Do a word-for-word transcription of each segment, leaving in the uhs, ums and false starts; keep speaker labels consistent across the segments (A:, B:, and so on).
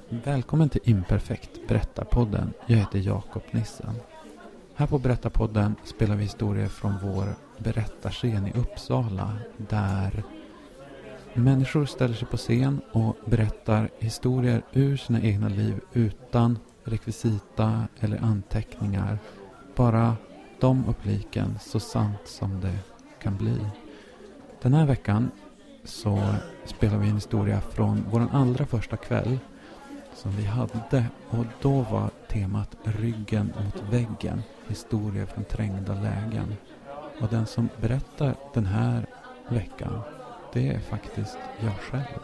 A: Välkommen till Imperfekt, Berättarpodden. Jag heter Jakob Nissen. Här på Berättarpodden spelar vi historier från vår berättarscen i Uppsala, där människor ställer sig på scen och berättar historier ur sina egna liv utan rekvisita eller anteckningar. Bara de och publiken, så sant som det kan bli. Den här veckan så spelar vi en historia från vår allra första kväll som vi hade, och då var temat ryggen mot väggen, historier från trängda lägen. Och den som berättar den här veckan, det är faktiskt jag själv.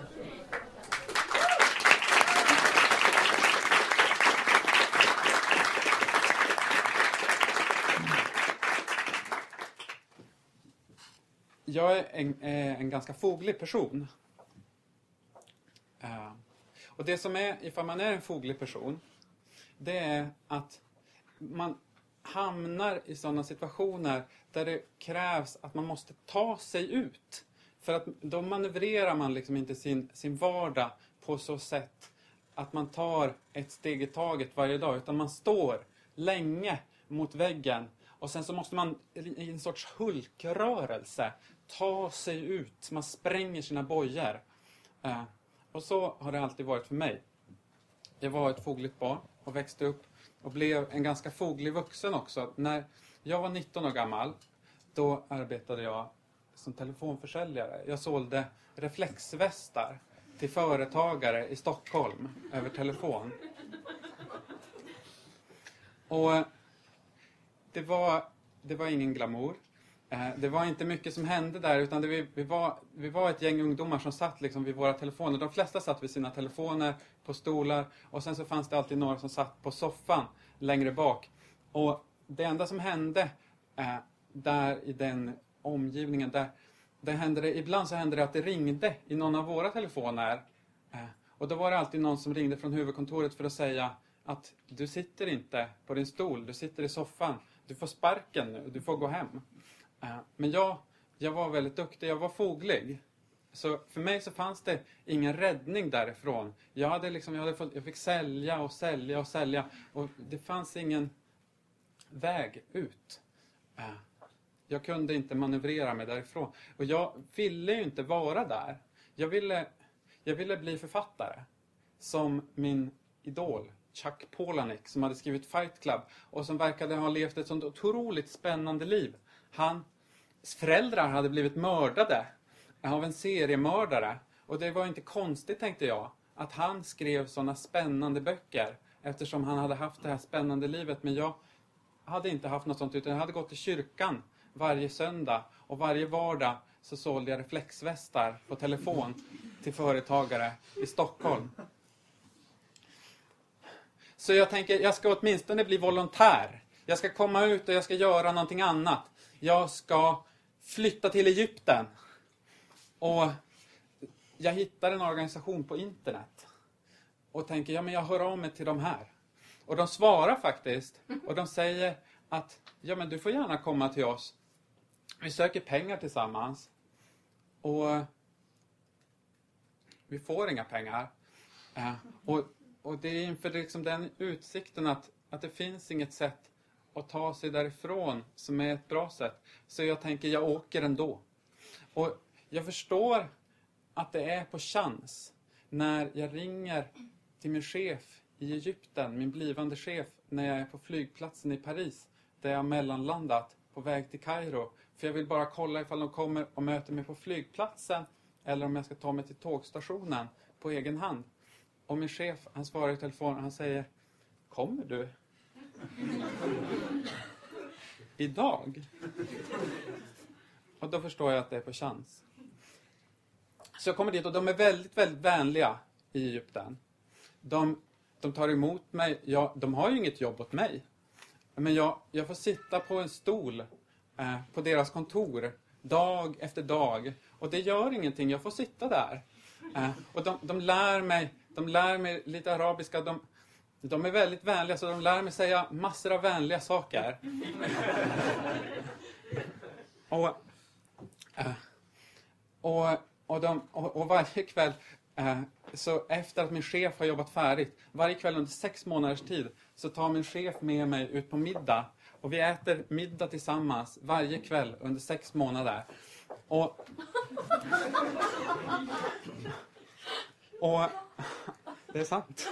B: Jag är en, en ganska foglig person. Uh, och det som är, ifall man är en foglig person, det är att man hamnar i sådana situationer där det krävs att man måste ta sig ut. För att då manövrerar man liksom inte sin, sin vardag på så sätt att man tar ett steg i taget varje dag, utan man står länge mot väggen. Och sen så måste man i en sorts hulkrörelse ta sig ut. Man spränger sina bojor. Uh, och så har det alltid varit för mig. Jag var ett fogligt barn och växte upp och blev en ganska foglig vuxen också. När jag var nitton år gammal, då arbetade jag som telefonförsäljare. Jag sålde reflexvästar till företagare i Stockholm över telefon. Och det var, det var ingen glamour. Det var inte mycket som hände där, utan det, vi, vi, var, vi var ett gäng ungdomar som satt liksom vid våra telefoner. De flesta satt vid sina telefoner på stolar, och sen så fanns det alltid några som satt på soffan längre bak. Och det enda som hände eh, där i den omgivningen, där, där hände det, ibland så hände det att det ringde i någon av våra telefoner. Eh, och då var det alltid någon som ringde från huvudkontoret för att säga att du sitter inte på din stol, du sitter i soffan. Du får sparken nu, du får gå hem. Men jag, jag var väldigt duktig, jag var foglig. Så för mig så fanns det ingen räddning därifrån. Jag, hade liksom, jag, hade fått, jag fick sälja och sälja och sälja. Och det fanns ingen väg ut. Jag kunde inte manövrera mig därifrån. Och jag ville ju inte vara där. Jag ville, jag ville bli författare. Som min idol, Chuck Palahniuk, som hade skrivit Fight Club. Och som verkade ha levt ett sånt otroligt spännande liv. Hans föräldrar hade blivit mördade av en seriemördare. Och det var inte konstigt, tänkte jag, att han skrev sådana spännande böcker. Eftersom han hade haft det här spännande livet. Men jag hade inte haft något sånt, utan jag hade gått till kyrkan varje söndag. Och varje vardag så sålde jag reflexvästar på telefon till företagare i Stockholm. Så jag tänker, jag ska åtminstone bli volontär. Jag ska komma ut och jag ska göra någonting annat. Jag ska flytta till Egypten. Och jag hittar en organisation på internet. Och tänker, ja men jag hör av mig till de här. Och de svarar faktiskt. Och de säger att, ja men du får gärna komma till oss. Vi söker pengar tillsammans. Och vi får inga pengar. Och, och det är inför liksom den utsikten att, att det finns inget sätt och ta sig därifrån som är ett bra sätt. Så jag tänker, jag åker ändå. Och jag förstår att det är på chans när jag ringer till min chef i Egypten, min blivande chef, när jag är på flygplatsen i Paris, där jag har mellanlandat på väg till Kairo. För jag vill bara kolla ifall de kommer och möter mig på flygplatsen eller om jag ska ta mig till tågstationen på egen hand. Och min chef, han svarar i telefon och han säger, kommer du? Idag? Och då förstår jag att det är på chans. Så jag kommer dit och de är väldigt, väldigt vänliga i Egypten. De, de tar emot mig. Jag, de har ju inget jobb åt mig. Men jag, jag får sitta på en stol eh, på deras kontor dag efter dag. Och det gör ingenting. Jag får sitta där. Eh, och de, de, lär mig, de lär mig lite arabiska. De, de är väldigt vänliga, så de lär mig säga massor av vänliga saker. och, eh, och, och, de, och, och varje kväll Eh, så efter att min chef har jobbat färdigt, varje kväll under sex månaders tid, så tar min chef med mig ut på middag. Och vi äter middag tillsammans varje kväll under sex månader. Och... och det är sant.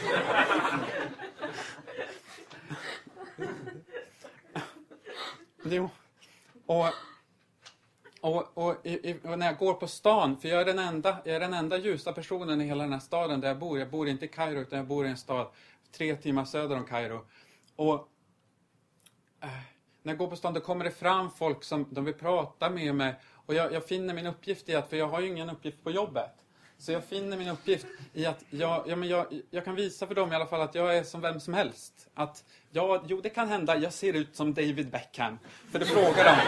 B: Jo. Och, och, och, i, och när jag går på stan, för jag är, den enda, jag är den enda ljusa personen i hela den här staden där jag bor. Jag bor inte i Kairo, utan jag bor i en stad tre timmar söder om Kairo. Och äh, när jag går på stan, då kommer det fram folk som de vill prata med mig. Och jag, jag finner min uppgift i att, för jag har ju ingen uppgift på jobbet. Så jag finner min uppgift i att jag, ja, men jag, jag kan visa för dem i alla fall att jag är som vem som helst. Att ja, jo, det kan hända, jag ser ut som David Beckham. För det frågar de.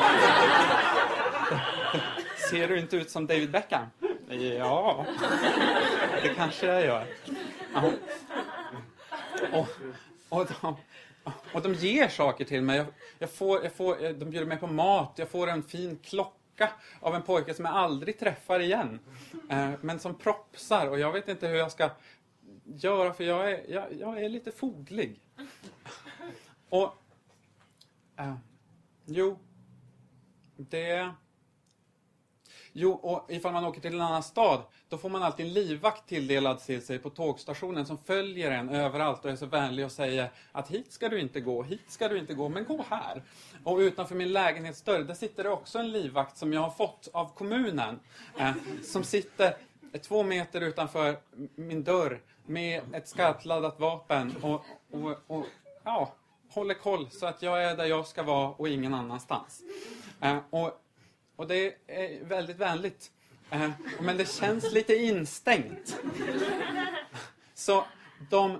B: Ser du inte ut som David Beckham? Ja, det kanske jag gör. Ja. Och, och, de, och de ger saker till mig. Jag, jag får, jag får, de bjuder mig på mat, jag får en fin klocka av en pojke som jag aldrig träffar igen. Eh, men som propsar, och jag vet inte hur jag ska göra, för jag är, jag, jag är lite foglig. Och eh, jo, det... Jo, och ifall man åker till en annan stad, då får man alltid en livvakt tilldelad till sig på tågstationen som följer en överallt och är så vänlig och säger att hit ska du inte gå, hit ska du inte gå, men gå här. Och utanför min lägenhetsdörr, där sitter det också en livvakt som jag har fått av kommunen. Eh, som sitter två meter utanför min dörr med ett skarpladdat vapen och, och, och ja, håller koll så att jag är där jag ska vara och ingen annanstans. Eh, och Och det är väldigt vänligt. Eh, men det känns lite instängt. Så de...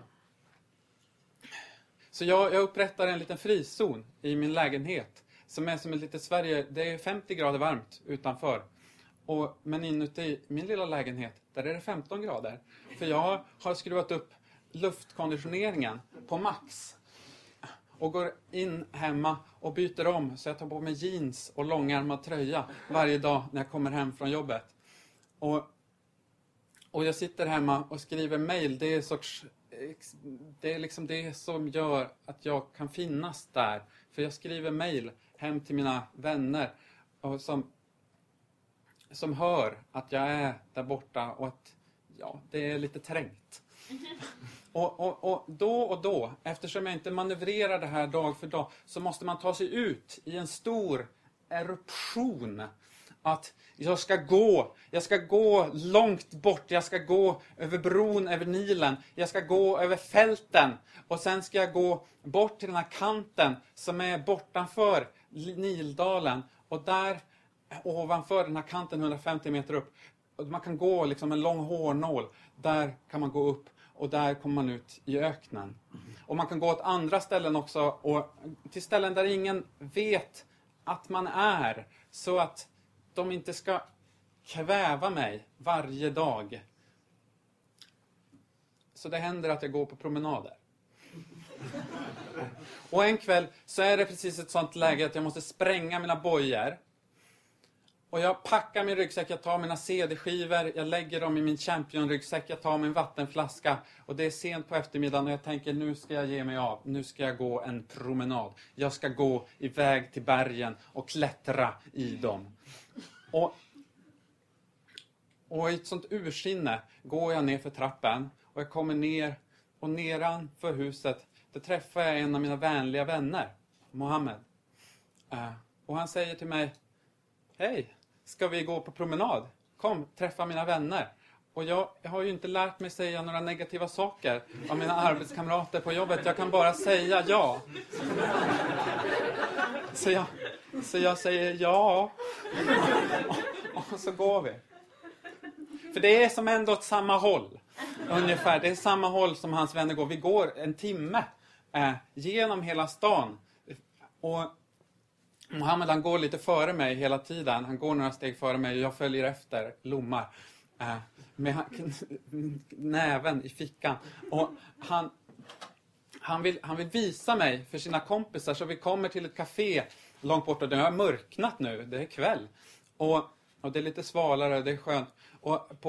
B: Så jag, jag upprättar en liten frizon i min lägenhet. Som är som ett litet Sverige. Det är femtio grader varmt utanför. Och, men inuti min lilla lägenhet, där är det femton grader. För jag har skruvat upp luftkonditioneringen på max. Och går in hemma och byter om. Så jag tar på mig jeans och långärmad tröja varje dag när jag kommer hem från jobbet. Och, och jag sitter hemma och skriver mejl. Det är sorts... Det är liksom det som gör att jag kan finnas där. För jag skriver mejl hem till mina vänner. Och som, som hör att jag är där borta. Och att ja, det är lite trängt. Och, och, och då och då, eftersom jag inte manövrerar det här dag för dag, så måste man ta sig ut i en stor eruption. Att jag ska gå, jag ska gå långt bort, jag ska gå över bron, över Nilen, jag ska gå över fälten. Och sen ska jag gå bort till den här kanten som är bortanför Nildalen. Och där ovanför den här kanten hundrafemtio meter upp, man kan gå liksom en lång hårnål, där kan man gå upp. Och där kommer man ut i öknen. Och man kan gå åt andra ställen också. Och till ställen där ingen vet att man är. Så att de inte ska kväva mig varje dag. Så det händer att jag går på promenader. Och en kväll så är det precis ett sånt läge att jag måste spränga mina bojor. Och jag packar min ryggsäck, jag tar mina C D-skivor, jag lägger dem i min Champion-ryggsäck, jag tar min vattenflaska. Och det är sent på eftermiddagen och jag tänker, nu ska jag ge mig av, nu ska jag gå en promenad. Jag ska gå iväg till bergen och klättra i dem. Och, och i ett sånt ursinne går jag ner för trappen och jag kommer ner, och nedanför huset, där träffar jag en av mina vänliga vänner, Mohammed. Uh, och han säger till mig, hej, ska vi gå på promenad? Kom, träffa mina vänner. Och jag, jag har ju inte lärt mig säga några negativa saker av mina arbetskamrater på jobbet. Jag kan bara säga ja. Så jag, så jag säger ja. Och, och så går vi. För det är som ändå åt samma håll. Ungefär, det är samma håll som hans vänner går. Vi går en timme eh, genom hela stan. Och Mohammed, han går lite före mig hela tiden. Han går några steg före mig och jag följer efter, lommar. Eh, med näven i fickan. Och han, han, vill, han vill visa mig för sina kompisar. Så vi kommer till ett café långt bort. Och det har mörknat nu, det är kväll. Och, och det är lite svalare, det är skönt. Och på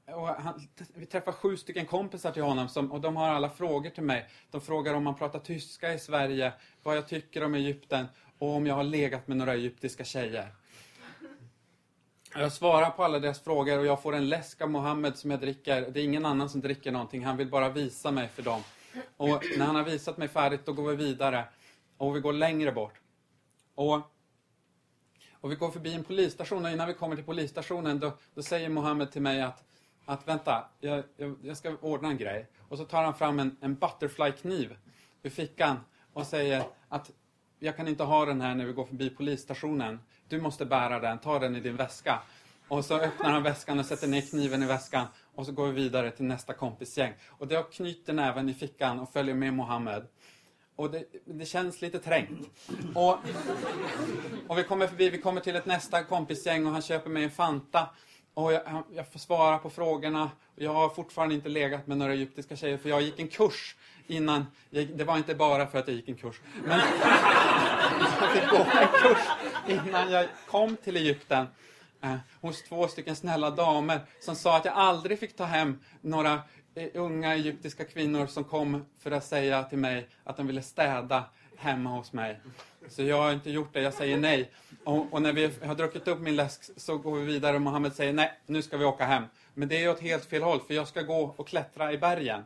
B: och han, vi träffar sju stycken kompisar till honom som, och de har alla frågor till mig. De frågar om man pratar tyska i Sverige, vad jag tycker om Egypten och om jag har legat med några egyptiska tjejer. Jag svarar på alla deras frågor och jag får en läsk av Mohammed som jag dricker. Det är ingen annan som dricker någonting, han vill bara visa mig för dem. Och när han har visat mig färdigt, då går vi vidare. Och vi går längre bort. Och, och vi går förbi en polisstation. Och innan vi kommer till polisstationen, då, då säger Mohammed till mig att, att vänta, jag, jag, jag ska ordna en grej. Och så tar han fram en, en butterfly-kniv ur fickan. Och säger att jag kan inte ha den här när vi går förbi polisstationen. Du måste bära den, ta den i din väska. Och så öppnar han väskan och sätter ner kniven i väskan. Och så går vi vidare till nästa kompisgäng. Och det knyter näven i fickan och följer med Mohammed. Och det, det känns lite trängt. Och, och vi kommer förbi, vi kommer till ett nästa kompisgäng och han köper mig en Fanta. Och jag, jag får svara på frågorna. Jag har fortfarande inte legat med några egyptiska tjejer för jag gick en kurs innan. Jag, det var inte bara för att jag gick en kurs. Men jag fick gå en kurs innan jag kom till Egypten. Eh, hos två stycken snälla damer som sa att jag aldrig fick ta hem några eh, unga egyptiska kvinnor som kom för att säga till mig att de ville städa hemma hos mig. Så jag har inte gjort det, jag säger nej. Och, och när vi har druckit upp min läsk så går vi vidare och Mohammed säger nej, nu ska vi åka hem. Men det är åt helt fel håll för jag ska gå och klättra i bergen.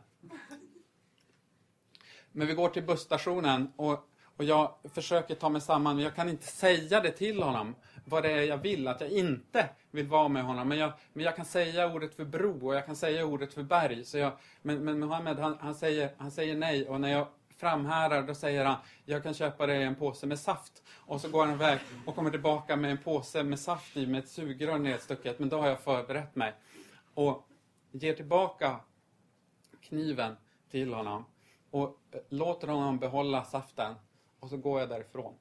B: Men vi går till busstationen och, och jag försöker ta mig samman. Men jag kan inte säga det till honom. Vad det är jag vill, att jag inte vill vara med honom. Men jag, men jag kan säga ordet för bro och jag kan säga ordet för berg. Så jag, men, men Mohammed han, han, säger, han säger nej och när jag framhärar då säger han jag kan köpa dig en påse med saft. Och så går han iväg och kommer tillbaka med en påse med saft i med ett sugrör nedstucket. Men då har jag förberett mig. Och ger tillbaka kniven till honom. Och låter honom behålla saften. Och så går jag därifrån.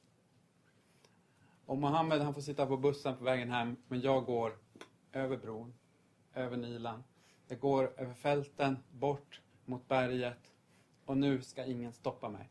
B: Och Mohammed han får sitta på bussen på vägen hem. Men jag går över bron. Över Nilen. Jag går över fälten. Bort mot berget. Och nu ska ingen stoppa mig.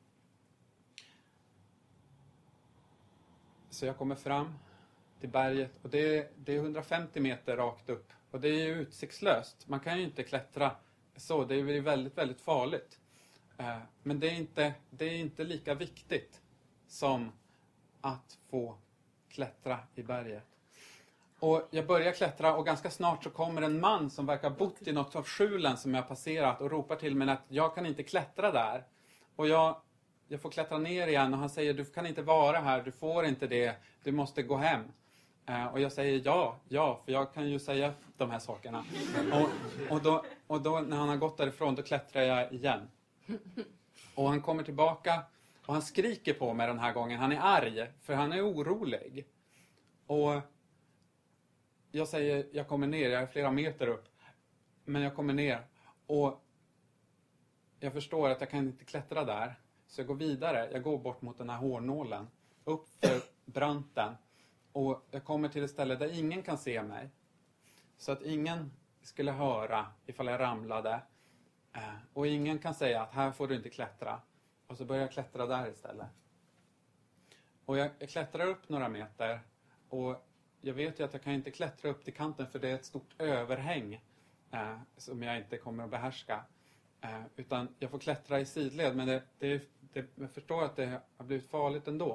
B: Så jag kommer fram till berget. Och det är, det är hundrafemtio meter rakt upp. Och det är ju utsiktslöst. Man kan ju inte klättra så. Det är väldigt, väldigt farligt. Men det är inte, det är inte lika viktigt som att få klättra i berget. Och jag börjar klättra och ganska snart så kommer en man som verkar bott i något av skjulen som jag har passerat och ropar till mig att jag kan inte klättra där. Och jag, jag får klättra ner igen och han säger du kan inte vara här, du får inte det, du måste gå hem. Uh, och jag säger ja, ja, för jag kan ju säga de här sakerna. Och, och, då, och då när han har gått därifrån då klättrar jag igen. Och han kommer tillbaka och han skriker på mig den här gången. Han är arg för han är orolig. Och jag säger jag kommer ner, jag är flera meter upp. Men jag kommer ner och jag förstår att jag kan inte klättra där. Så jag går vidare, jag går bort mot den här hårnålen. Upp för branten. Och jag kommer till ett ställe där ingen kan se mig. Så att ingen skulle höra ifall jag ramlade. Och ingen kan säga att här får du inte klättra. Och så börjar jag klättra där istället. Och jag, jag klättrar upp några meter. Och jag vet ju att jag kan inte klättra upp till kanten för det är ett stort överhäng. Eh, som jag inte kommer att behärska. Eh, utan jag får klättra i sidled. Men det, det, det, jag förstår att det har blivit farligt ändå.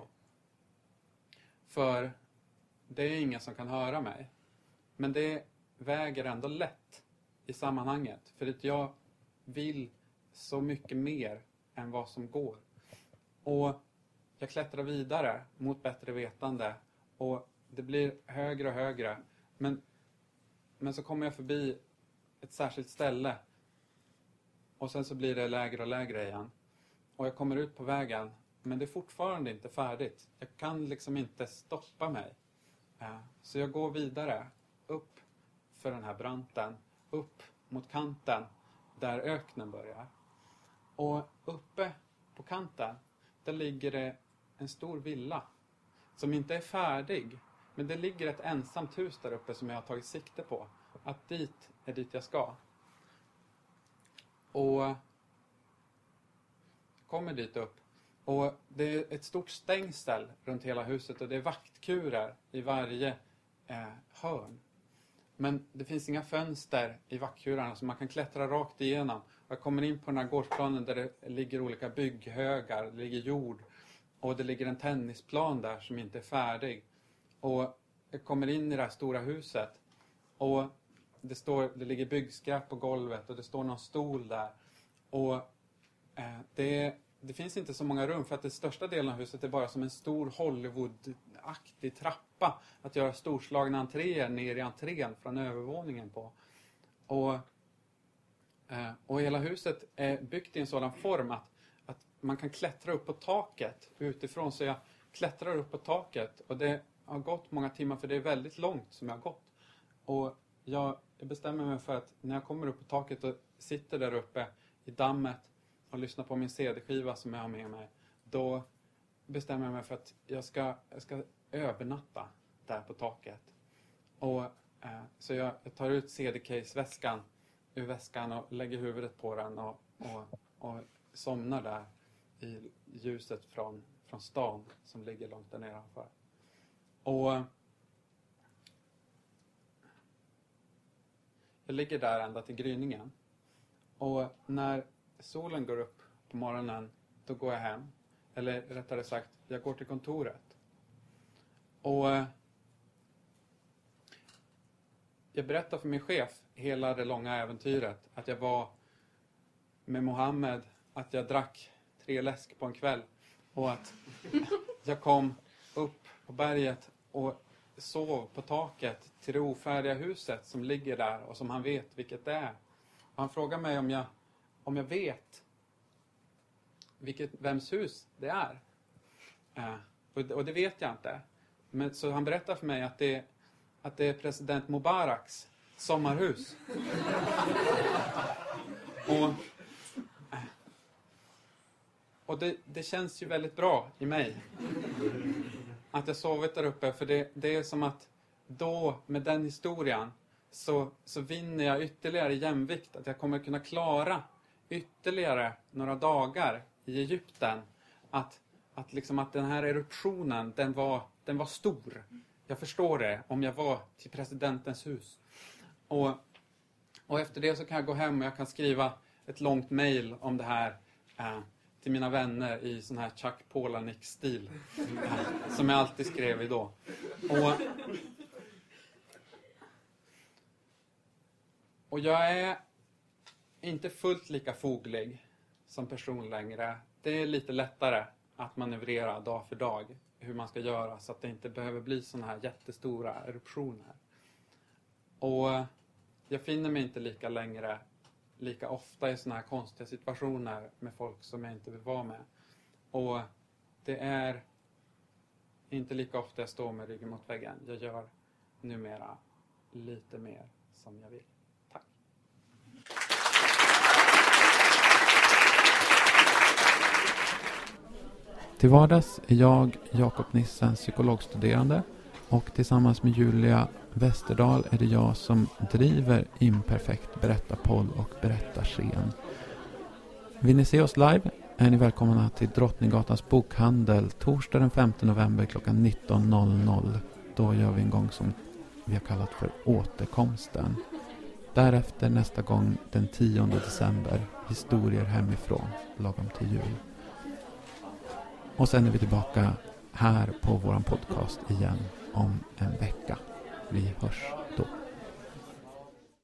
B: För det är ingen som kan höra mig. Men det väger ändå lätt i sammanhanget. För att jag vill så mycket mer än vad som går. Och jag klättrar vidare mot bättre vetande. Och det blir högre och högre. Men, men så kommer jag förbi ett särskilt ställe. Och sen så blir det lägre och lägre igen. Och jag kommer ut på vägen. Men det är fortfarande inte färdigt. Jag kan liksom inte stoppa mig. Så jag går vidare. Upp för den här branten. Upp mot kanten. Där öknen börjar. Och uppe på kanten. Där ligger det en stor villa. Som inte är färdig. Men det ligger ett ensamt hus där uppe som jag har tagit sikte på. Att dit är dit jag ska. Och jag kommer dit upp. Och det är ett stort stängsel runt hela huset. Och det är vaktkurer i varje eh, hörn. men det finns inga fönster i vaktkurarna så man kan klättra rakt igenom. Och jag kommer in på den här gårdsplanen där det ligger olika bygghögar, det ligger jord. Och det ligger en tennisplan där som inte är färdig. Och jag kommer in i det här stora huset. Och det, står, det ligger byggskräp på golvet och det står någon stol där. Och eh, det, det finns inte så många rum för att den största delen av huset är bara som en stor Hollywood-aktig trappa. Att göra storslagna entréer ner i entrén från övervåningen på. Och, eh, och hela huset är byggt i en sådan form att, att man kan klättra upp på taket utifrån. Så jag klättrar upp på taket och det har gått många timmar för det är väldigt långt som jag har gått. Och jag bestämmer mig för att när jag kommer upp på taket och sitter där uppe i dammet och lyssnar på min C D-skiva som jag har med mig. Då bestämmer jag mig för att jag ska, jag ska övernatta där på taket. Och, eh, så jag, jag tar ut C D-case-väskan ur väskan och lägger huvudet på den och, och, och somnar där i ljuset från, från stan som ligger långt där nedanför. Och jag ligger där ända till gryningen. Och när solen går upp på morgonen, då går jag hem. Eller rättare sagt, jag går till kontoret. Och jag berättar för min chef hela det långa äventyret. Att jag var med Mohammed, att jag drack tre läsk på en kväll. Och att jag kom upp på berget och sov på taket till det ofärdiga huset som ligger där och som han vet vilket det är. Och han frågar mig om jag, om jag vet vilket, vems hus det är. Uh, och, och det vet jag inte. Men, så han berättar för mig att det, att det är president Mubaraks sommarhus. och uh, och det, det känns ju väldigt bra i mig. Att jag sovit där uppe, för det, det är som att då med den historien så, så vinner jag ytterligare jämvikt. Att jag kommer kunna klara ytterligare några dagar i Egypten. Att, att, liksom att den här eruptionen, den var, den var stor. Jag förstår det om jag var till presidentens hus. Och, och efter det så kan jag gå hem och jag kan skriva ett långt mejl om det här eh, till mina vänner i sån här Chuck Palahniuk-stil. Eh, som jag alltid skrev i då. Och, och jag är inte fullt lika foglig som person längre. Det är lite lättare att manövrera dag för dag hur man ska göra så att det inte behöver bli såna här jättestora eruptioner. Och jag finner mig inte lika längre, lika ofta i såna här konstiga situationer med folk som jag inte vill vara med. Och det är inte lika ofta jag står med ryggen mot väggen. Jag gör numera lite mer som jag vill. Tack.
A: Till vardags är jag Jakob Nissen, psykologstuderande, och tillsammans med Julia Westerdahl är det jag som driver Imperfekt berättarpodd och berättarscen. Vill ni se oss live är ni välkomna till Drottninggatans bokhandel torsdag den femte november klockan nitton noll noll. Då gör vi en gång som vi har kallat för återkomsten. Därefter nästa gång den tionde december, historier hemifrån, lagom till jul. Och sen är vi tillbaka här på våran podcast igen om en vecka. Vi hörs.